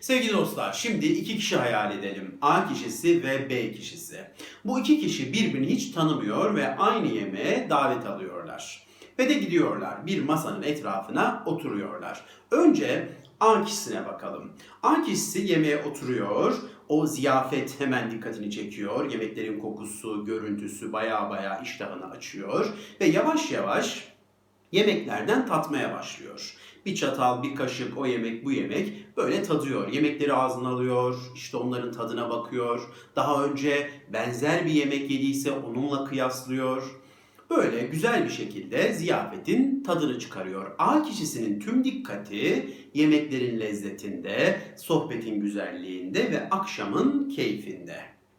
Sevgili dostlar, şimdi iki kişi hayal edelim. A kişisi ve B kişisi. Bu iki kişi birbirini hiç tanımıyor ve aynı yemeğe davet alıyorlar. Ve de gidiyorlar. Bir masanın etrafına oturuyorlar. Önce A kişisine bakalım. A kişisi yemeğe oturuyor. O ziyafet hemen dikkatini çekiyor. Yemeklerin kokusu, görüntüsü baya iştahını açıyor. Ve yavaş yavaş yemeklerden tatmaya başlıyor. Bir çatal, bir kaşık, o yemek, bu yemek böyle tadıyor. Yemekleri ağzına alıyor, işte onların tadına bakıyor. Daha önce benzer bir yemek yediyse onunla kıyaslıyor. Böyle güzel bir şekilde ziyafetin tadını çıkarıyor. A kişisinin tüm dikkati yemeklerin lezzetinde, sohbetin güzelliğinde ve akşamın keyfinde.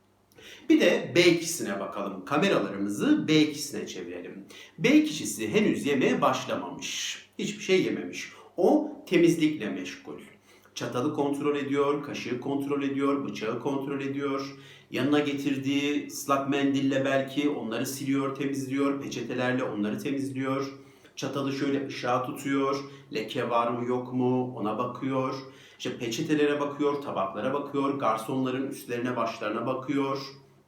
Bir de B kişisine bakalım. Kameralarımızı B kişisine çevirelim. B kişisi henüz yemeğe başlamamış. Hiçbir şey yememiş. O temizlikle meşgul. Çatalı kontrol ediyor, kaşığı kontrol ediyor, bıçağı kontrol ediyor. Yanına getirdiği ıslak mendille belki onları siliyor, temizliyor. Peçetelerle onları temizliyor. Çatalı şöyle ışığa tutuyor. Leke var mı yok mu ona bakıyor. İşte peçetelere bakıyor, tabaklara bakıyor. Garsonların üstlerine başlarına bakıyor.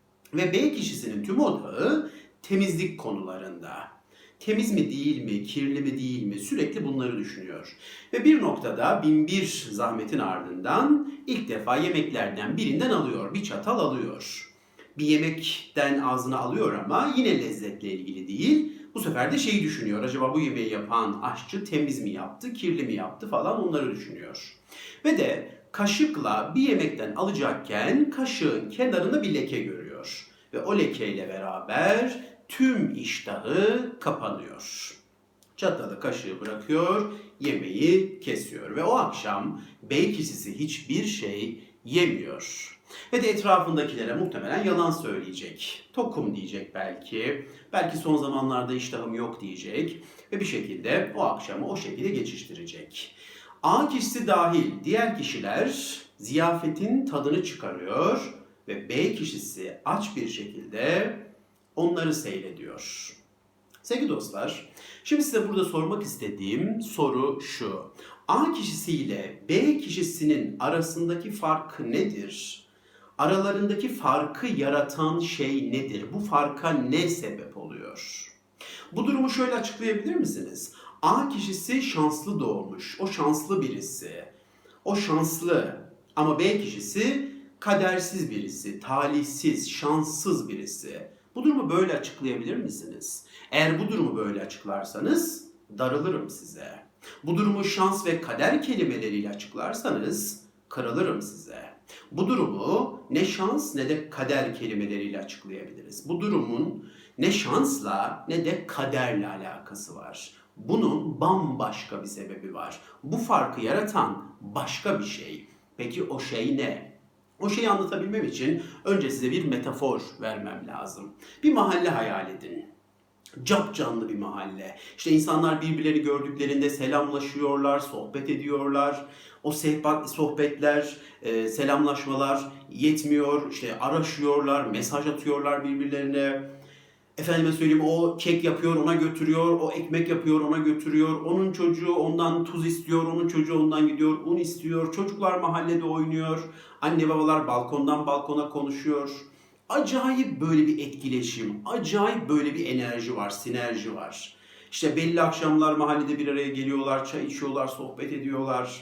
Ve B kişisinin tüm odağı temizlik konularında. Temiz mi değil mi, kirli mi değil mi sürekli bunları düşünüyor. Ve bir noktada binbir zahmetin ardından ilk defa yemeklerden birinden alıyor, bir çatal alıyor. Bir yemekten ağzına alıyor ama yine lezzetle ilgili değil. Bu sefer de şeyi düşünüyor, acaba bu yemeği yapan aşçı temiz mi yaptı, kirli mi yaptı falan onları düşünüyor. Ve de kaşıkla bir yemekten alacakken kaşığın kenarında bir leke görüyor. Ve o lekeyle beraber tüm iştahı kapanıyor. Çatalı kaşığı bırakıyor, yemeği kesiyor ve o akşam B kişisi hiçbir şey yemiyor. Ve de etrafındakilere muhtemelen yalan söyleyecek. Tokum diyecek belki. Belki son zamanlarda iştahım yok diyecek. Ve bir şekilde o akşamı o şekilde geçiştirecek. A kişisi dahil diğer kişiler ziyafetin tadını çıkarıyor ve B kişisi aç bir şekilde onları seyrediyor. Sevgili dostlar, şimdi size burada sormak istediğim soru şu. A kişisiyle B kişisinin arasındaki fark nedir? Aralarındaki farkı yaratan şey nedir? Bu farka ne sebep oluyor? Bu durumu şöyle açıklayabilir misiniz? A kişisi şanslı doğmuş, o şanslı birisi. O şanslı ama B kişisi kadersiz birisi, talihsiz, şanssız birisi. Bu durumu böyle açıklayabilir misiniz? Eğer bu durumu böyle açıklarsanız darılırım size. Bu durumu şans ve kader kelimeleriyle açıklarsanız kırılırım size. Bu durumu ne şans ne de kader kelimeleriyle açıklayabiliriz. Bu durumun ne şansla ne de kaderle alakası var. Bunun bambaşka bir sebebi var. Bu farkı yaratan başka bir şey. Peki o şey ne? O şeyi anlatabilmem için önce size bir metafor vermem lazım. Bir mahalle hayal edin. Capcanlı bir mahalle. İşte insanlar birbirlerini gördüklerinde selamlaşıyorlar, sohbet ediyorlar. O sohbetler, selamlaşmalar yetmiyor. İşte araşıyorlar, mesaj atıyorlar birbirlerine. Efendime söyleyeyim o kek yapıyor ona götürüyor, o ekmek yapıyor ona götürüyor. Onun çocuğu ondan tuz istiyor, onun çocuğu ondan gidiyor un istiyor. Çocuklar mahallede oynuyor. Anne babalar balkondan balkona konuşuyor. Acayip böyle bir etkileşim, acayip böyle bir enerji var, sinerji var. İşte belli akşamlar mahallede bir araya geliyorlar, çay içiyorlar, sohbet ediyorlar.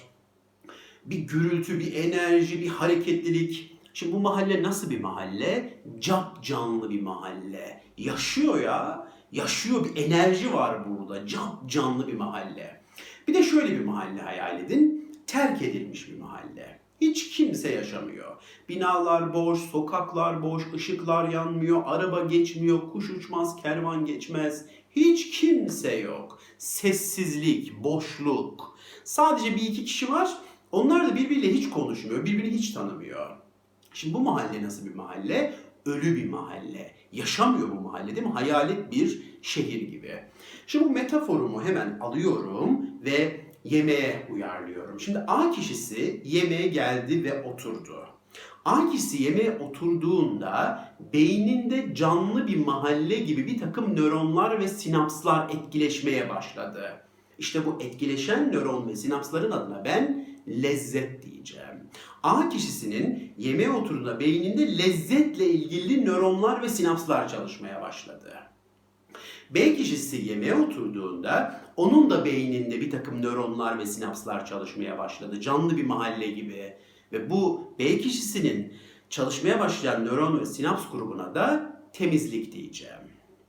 Bir gürültü, bir enerji, bir hareketlilik. Şimdi bu mahalle nasıl bir mahalle? Cap canlı bir mahalle. Yaşıyor ya. Yaşıyor, bir enerji var burada. Cap canlı bir mahalle. Bir de şöyle bir mahalle hayal edin. Terk edilmiş bir mahalle. Hiç kimse yaşamıyor. Binalar boş, sokaklar boş, ışıklar yanmıyor, araba geçmiyor, kuş uçmaz, kervan geçmez. Hiç kimse yok. Sessizlik, boşluk. Sadece bir iki kişi var. Onlar da birbiriyle hiç konuşmuyor, birbirini hiç tanımıyor. Şimdi bu mahalle nasıl bir mahalle? Ölü bir mahalle. Yaşamıyor bu mahalle değil mi? Hayalet bir şehir gibi. Şimdi bu metaforumu hemen alıyorum ve yemeğe uyarlıyorum. Şimdi A kişisi yemeğe geldi ve oturdu. A kişisi yemeğe oturduğunda beyninde canlı bir mahalle gibi bir takım nöronlar ve sinapslar etkileşmeye başladı. İşte bu etkileşen nöron ve sinapsların adına ben lezzet diyeceğim. diyeceğim. A kişisinin yemeğe oturduğunda beyninde lezzetle ilgili nöronlar ve sinapslar çalışmaya başladı. B kişisi yemeğe oturduğunda onun da beyninde bir takım nöronlar ve sinapslar çalışmaya başladı. Canlı bir mahalle gibi. Ve bu B kişisinin çalışmaya başlayan nöron ve sinaps grubuna da temizlik diyeceğim.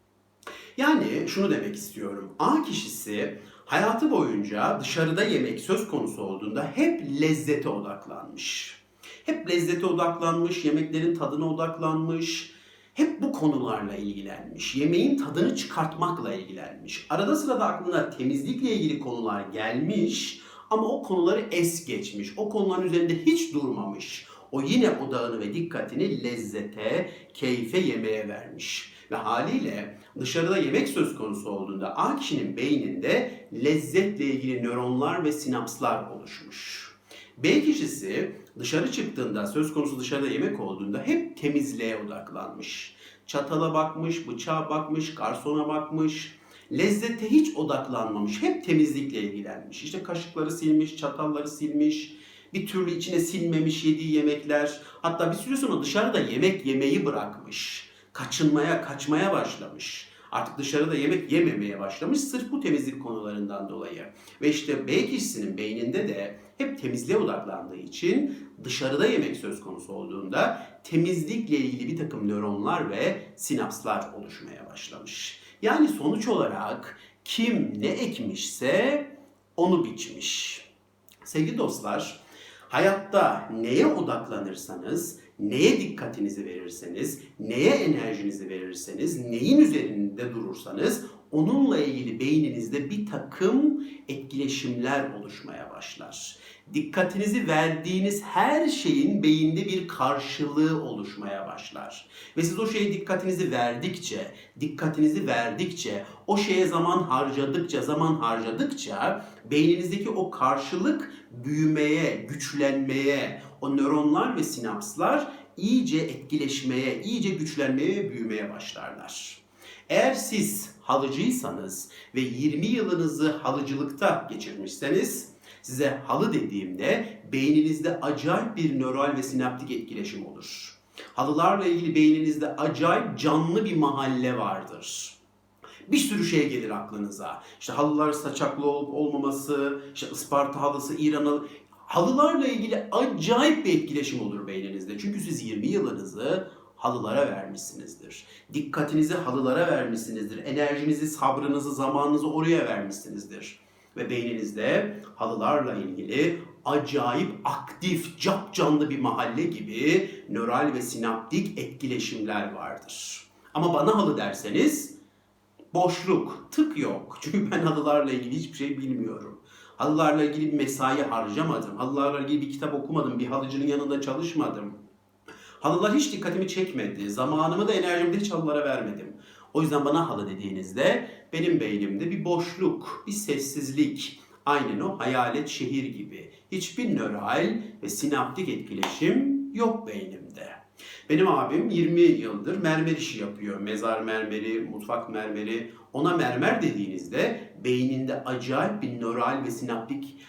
Yani şunu demek istiyorum. A kişisi hayatı boyunca dışarıda yemek söz konusu olduğunda hep lezzete odaklanmış. Hep lezzete odaklanmış, yemeklerin tadına odaklanmış. Hep bu konularla ilgilenmiş. Yemeğin tadını çıkartmakla ilgilenmiş. Arada sırada aklına temizlikle ilgili konular gelmiş ama o konuları es geçmiş. O konuların üzerinde hiç durmamış. O yine odağını ve dikkatini lezzete, keyfe, yemeğe vermiş. Ve haliyle dışarıda yemek söz konusu olduğunda A kişinin beyninde lezzetle ilgili nöronlar ve sinapslar oluşmuş. B kişisi dışarı çıktığında, söz konusu dışarıda yemek olduğunda hep temizliğe odaklanmış. Çatala bakmış, bıçağa bakmış, garsona bakmış. Lezzete hiç odaklanmamış, hep temizlikle ilgilenmiş. İşte kaşıkları silmiş, çatalları silmiş, bir türlü içine sinmemiş yediği yemekler. Hatta bir süre sonra dışarıda yemek yemeyi bırakmış. Kaçmaya başlamış. Artık dışarıda yemek yememeye başlamış sırf bu temizlik konularından dolayı. Ve işte B kişisinin beyninde de hep temizliğe odaklandığı için dışarıda yemek söz konusu olduğunda temizlikle ilgili bir takım nöronlar ve sinapslar oluşmaya başlamış. Yani sonuç olarak kim ne ekmişse onu biçmiş. Sevgili dostlar, hayatta neye odaklanırsanız, neye dikkatinizi verirseniz, neye enerjinizi verirseniz, neyin üzerinde durursanız onunla ilgili beyninizde bir takım etkileşimler oluşmaya başlar. Dikkatinizi verdiğiniz her şeyin beyinde bir karşılığı oluşmaya başlar. Ve siz o şeye dikkatinizi verdikçe, o şeye zaman harcadıkça beyninizdeki o karşılık büyümeye, güçlenmeye, o nöronlar ve sinapslar iyice etkileşmeye, iyice güçlenmeye ve büyümeye başlarlar. Eğer siz halıcıysanız ve 20 yılınızı halıcılıkta geçirmişseniz, size halı dediğimde beyninizde acayip bir nöral ve sinaptik etkileşim olur. Halılarla ilgili beyninizde acayip canlı bir mahalle vardır. Bir sürü şey gelir aklınıza. İşte halılar saçaklı olup olmaması, işte Isparta halısı, İran halısı. Halılarla ilgili acayip bir etkileşim olur beyninizde. Çünkü siz 20 yılınızı halılara vermişsinizdir. Dikkatinizi halılara vermişsinizdir. Enerjinizi, sabrınızı, zamanınızı oraya vermişsinizdir. Ve beyninizde halılarla ilgili acayip aktif, capcanlı bir mahalle gibi nöral ve sinaptik etkileşimler vardır. Ama bana halı derseniz boşluk, tık yok. Çünkü ben halılarla ilgili hiçbir şey bilmiyorum. Halılarla ilgili bir mesai harcamadım. Halılarla ilgili bir kitap okumadım. Bir halıcının yanında çalışmadım. Halılar hiç dikkatimi çekmedi. Zamanımı da enerjimi de hiç halılara vermedim. O yüzden bana halı dediğinizde benim beynimde bir boşluk, bir sessizlik. Aynen o hayalet şehir gibi. Hiçbir nöral ve sinaptik etkileşim yok beynimde. Benim abim 20 yıldır mermer işi yapıyor. Mezar mermeri, mutfak mermeri. Ona mermer dediğinizde beyninde acayip bir nöral ve sinaptik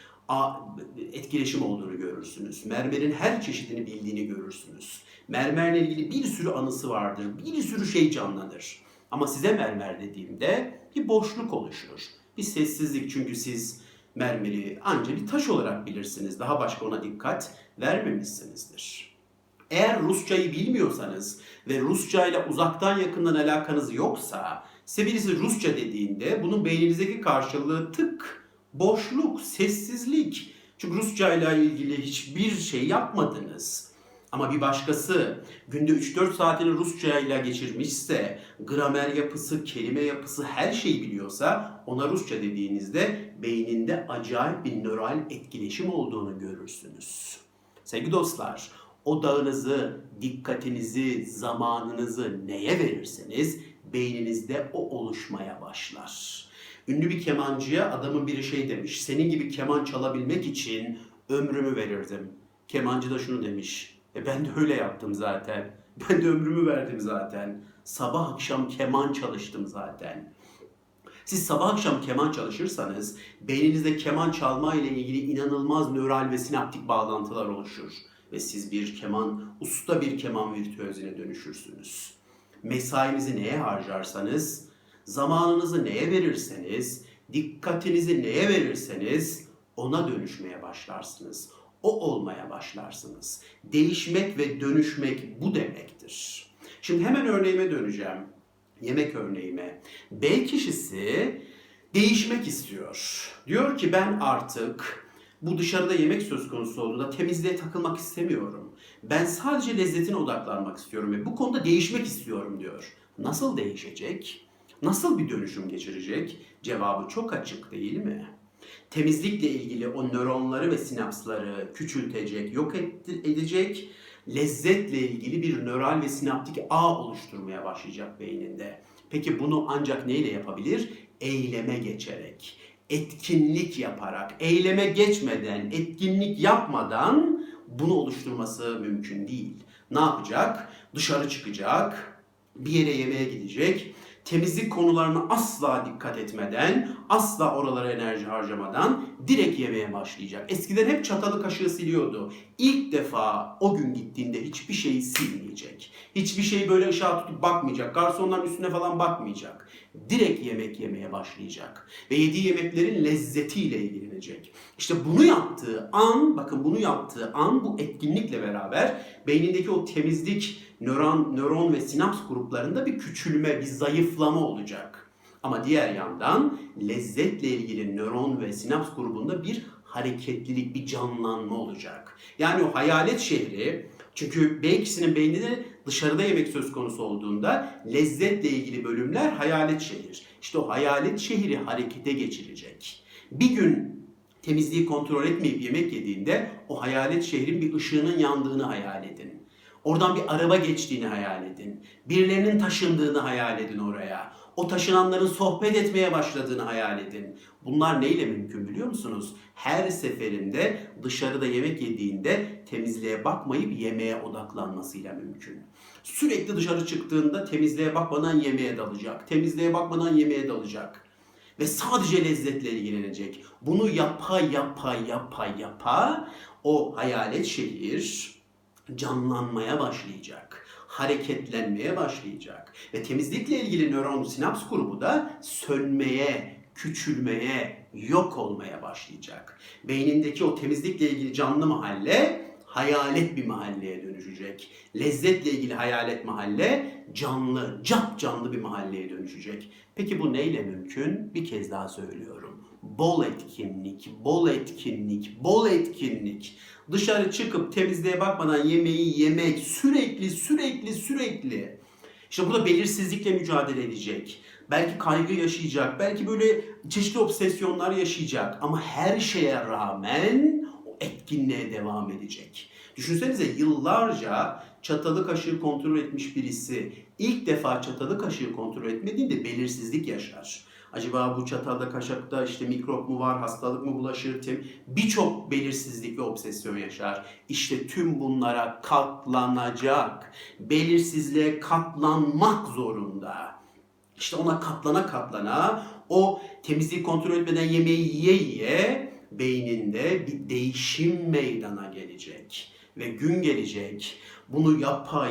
etkileşim olduğunu görürsünüz. Mermerin her çeşidini bildiğini görürsünüz. Mermerle ilgili bir sürü anısı vardır. Bir sürü şey canlanır. Ama size mermer dediğimde bir boşluk oluşur. Bir sessizlik, çünkü siz mermeri ancak bir taş olarak bilirsiniz. Daha başka ona dikkat vermemişsinizdir. Eğer Rusçayı bilmiyorsanız ve Rusça ile uzaktan yakından alakanız yoksa, size birisi Rusça dediğinde bunun beyninizdeki karşılığı tık, boşluk, sessizlik. Çünkü Rusça ile ilgili hiçbir şey yapmadınız. Ama bir başkası günde 3-4 saatini Rusça ile geçirmişse, gramer yapısı, kelime yapısı, her şeyi biliyorsa, ona Rusça dediğinizde beyninde acayip bir nöral etkileşim olduğunu görürsünüz. Sevgili dostlar, odağınızı, dikkatinizi, zamanınızı neye verirseniz beyninizde o oluşmaya başlar. Ünlü bir kemancıya adamın biri şey demiş: senin gibi keman çalabilmek için ömrümü verirdim. Kemancı da şunu demiş: ben de öyle yaptım zaten. Ben de ömrümü verdim zaten. Sabah akşam keman çalıştım zaten. Siz sabah akşam keman çalışırsanız beyninizde keman çalma ile ilgili inanılmaz nöral ve sinaptik bağlantılar oluşur. Ve siz usta bir keman virtüözüne dönüşürsünüz. Mesainizi neye harcarsanız, zamanınızı neye verirseniz, dikkatinizi neye verirseniz ona dönüşmeye başlarsınız. O olmaya başlarsınız. Değişmek ve dönüşmek bu demektir. Şimdi hemen örneğime döneceğim. Yemek örneğime. B kişisi değişmek istiyor. Diyor ki ben artık bu dışarıda yemek söz konusu olduğunda temizliğe takılmak istemiyorum. Ben sadece lezzetine odaklanmak istiyorum ve bu konuda değişmek istiyorum diyor. Nasıl değişecek? Nasıl bir dönüşüm geçirecek? Cevabı çok açık değil mi? Temizlikle ilgili o nöronları ve sinapsları küçültecek, yok edecek, lezzetle ilgili bir nöral ve sinaptik ağ oluşturmaya başlayacak beyninde. Peki bunu ancak neyle yapabilir? Eyleme geçerek, etkinlik yaparak, eyleme geçmeden, etkinlik yapmadan bunu oluşturması mümkün değil. Ne yapacak? Dışarı çıkacak, bir yere yemeğe gidecek, temizlik konularına asla dikkat etmeden, asla oralara enerji harcamadan direkt yemeye başlayacak. Eskiden hep çatalı kaşığı siliyordu. İlk defa o gün gittiğinde hiçbir şeyi silmeyecek. Hiçbir şeyi böyle ışığa tutup bakmayacak. Garsonların üstüne falan bakmayacak. Direkt yemek yemeye başlayacak. Ve yediği yemeklerin lezzetiyle ilgilenecek. İşte bunu yaptığı an, bakın bunu yaptığı an bu etkinlikle beraber beynindeki o temizlik nöron ve sinaps gruplarında bir küçülme, bir zayıflama olacak. Ama diğer yandan lezzetle ilgili nöron ve sinaps grubunda bir hareketlilik, bir canlanma olacak. Yani o hayalet şehri, çünkü B kişisinin beyninde dışarıda yemek söz konusu olduğunda lezzetle ilgili bölümler hayalet şehir. İşte o hayalet şehri harekete geçirecek. Bir gün temizliği kontrol etmeyip yemek yediğinde o hayalet şehrin bir ışığının yandığını hayal edin. Oradan bir araba geçtiğini hayal edin. Birilerinin taşındığını hayal edin oraya. O taşınanların sohbet etmeye başladığını hayal edin. Bunlar neyle mümkün biliyor musunuz? Her seferinde dışarıda yemek yediğinde temizliğe bakmayıp yemeğe odaklanmasıyla mümkün. Sürekli dışarı çıktığında temizliğe bakmadan yemeğe dalacak. Temizliğe bakmadan yemeğe dalacak. Ve sadece lezzetle ilgilenecek. Bunu yapa o hayalet şehir canlanmaya başlayacak, hareketlenmeye başlayacak ve temizlikle ilgili nöron sinaps grubu da sönmeye, küçülmeye, yok olmaya başlayacak. Beynindeki o temizlikle ilgili canlı mahalle hayalet bir mahalleye dönüşecek. Lezzetle ilgili hayalet mahalle canlı, capcanlı bir mahalleye dönüşecek. Peki bu neyle mümkün? Bir kez daha söylüyorum. Bol etkinlik, bol etkinlik, bol etkinlik. Dışarı çıkıp temizliğe bakmadan yemeği yemek sürekli. İşte burada belirsizlikle mücadele edecek. Belki kaygı yaşayacak, belki böyle çeşitli obsesyonlar yaşayacak ama her şeye rağmen o etkinliğe devam edecek. Düşünsenize yıllarca çatalı kaşığı kontrol etmiş birisi ilk defa çatalı kaşığı kontrol etmediğinde belirsizlik yaşar. Acaba bu çatalda kaşıkta işte mikrop mu var, hastalık mı bulaşır, birçok belirsizlik ve obsesyon yaşar. İşte tüm bunlara katlanacak, belirsizliğe katlanmak zorunda. İşte ona katlana o temizliği kontrol etmeden yemeği yiye beyninde bir değişim meydana gelecek. Ve gün gelecek, bunu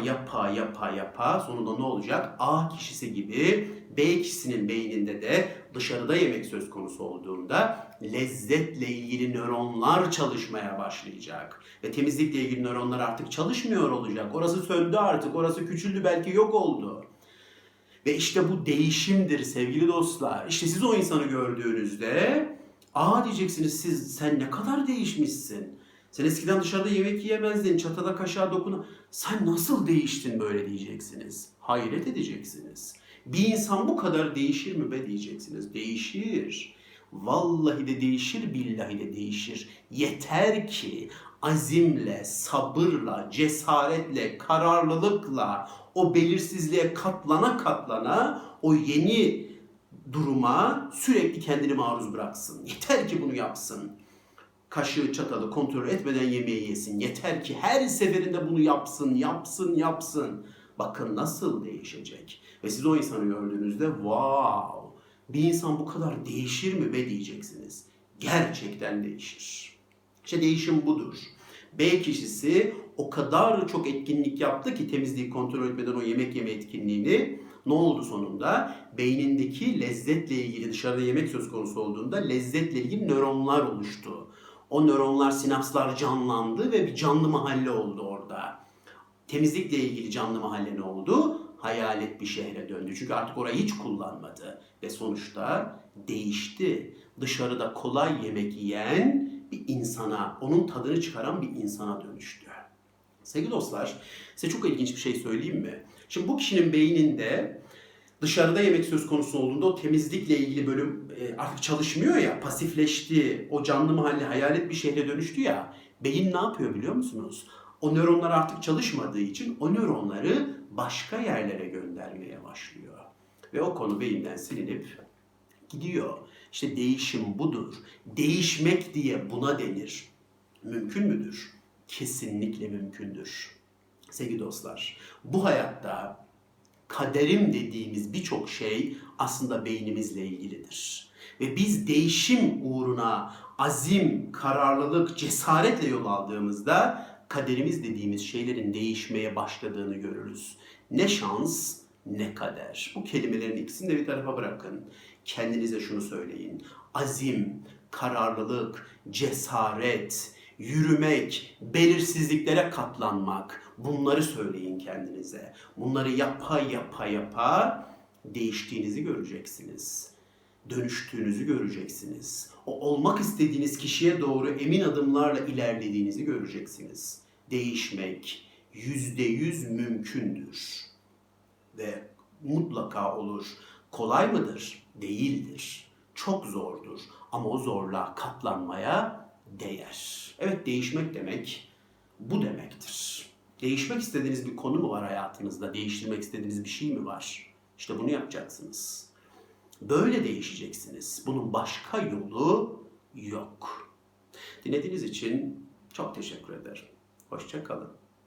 yapa sonunda ne olacak? A kişisi gibi B kişisinin beyninde de dışarıda yemek söz konusu olduğunda lezzetle ilgili nöronlar çalışmaya başlayacak. Ve temizlikle ilgili nöronlar artık çalışmıyor olacak. Orası söndü artık, orası küçüldü, belki yok oldu. Ve işte bu değişimdir sevgili dostlar. İşte siz o insanı gördüğünüzde diyeceksiniz sen ne kadar değişmişsin. Sen eskiden dışarıda yemek yiyemezdin, çatala kaşığa sen nasıl değiştin böyle diyeceksiniz. Hayret edeceksiniz. Bir insan bu kadar değişir mi be diyeceksiniz. Değişir. Vallahi de değişir, billahi de değişir. Yeter ki azimle, sabırla, cesaretle, kararlılıkla o belirsizliğe katlana o yeni duruma sürekli kendini maruz bıraksın. Yeter ki bunu yapsın. Kaşığı çatalı kontrol etmeden yemeği yesin. Yeter ki her seferinde bunu yapsın. Bakın nasıl değişecek. Ve siz o insanı gördüğünüzde wow, Bir insan bu kadar değişir mi be diyeceksiniz. Gerçekten değişir. İşte değişim budur. B kişisi o kadar çok etkinlik yaptı ki temizliği kontrol etmeden o yemek yeme etkinliğini. Ne oldu sonunda? Beynindeki lezzetle ilgili, dışarıda yemek söz konusu olduğunda lezzetle ilgili nöronlar oluştu. O nöronlar, sinapslar canlandı ve bir canlı mahalle oldu orada. Temizlikle ilgili canlı mahalle ne oldu? Hayalet bir şehre döndü. Çünkü artık orayı hiç kullanmadı. Ve sonuçta değişti. Dışarıda kolay yemek yiyen bir insana, onun tadını çıkaran bir insana dönüştü. Sevgili dostlar, size çok ilginç bir şey söyleyeyim mi? Şimdi bu kişinin beyninde dışarıda yemek söz konusu olduğunda o temizlikle ilgili bölüm artık çalışmıyor ya, pasifleşti, o canlı mahalle hayalet bir şehre dönüştü ya. Beyin ne yapıyor biliyor musunuz? O nöronlar artık çalışmadığı için o nöronları başka yerlere göndermeye başlıyor. Ve o konu beyinden silinip gidiyor. İşte değişim budur. Değişmek diye buna denir. Mümkün müdür? Kesinlikle mümkündür. Sevgili dostlar, bu hayatta kaderim dediğimiz birçok şey aslında beynimizle ilgilidir. Ve biz değişim uğruna azim, kararlılık, cesaretle yol aldığımızda kaderimiz dediğimiz şeylerin değişmeye başladığını görürüz. Ne şans, ne kader. Bu kelimelerin ikisini de bir tarafa bırakın. Kendinize şunu söyleyin. Azim, kararlılık, cesaret, yürümek, belirsizliklere katlanmak. Bunları söyleyin kendinize. Bunları yapa değiştiğinizi göreceksiniz. Dönüştüğünüzü göreceksiniz. O olmak istediğiniz kişiye doğru emin adımlarla ilerlediğinizi göreceksiniz. Değişmek %100 mümkündür. Ve mutlaka olur. Kolay mıdır? Değildir. Çok zordur. Ama o zorluğa katlanmaya değer. Evet, değişmek demek bu demektir. Değişmek istediğiniz bir konu mu var hayatınızda? Değiştirmek istediğiniz bir şey mi var? İşte bunu yapacaksınız. Böyle değişeceksiniz. Bunun başka yolu yok. Dinlediğiniz için çok teşekkür ederim. Hoşça kalın.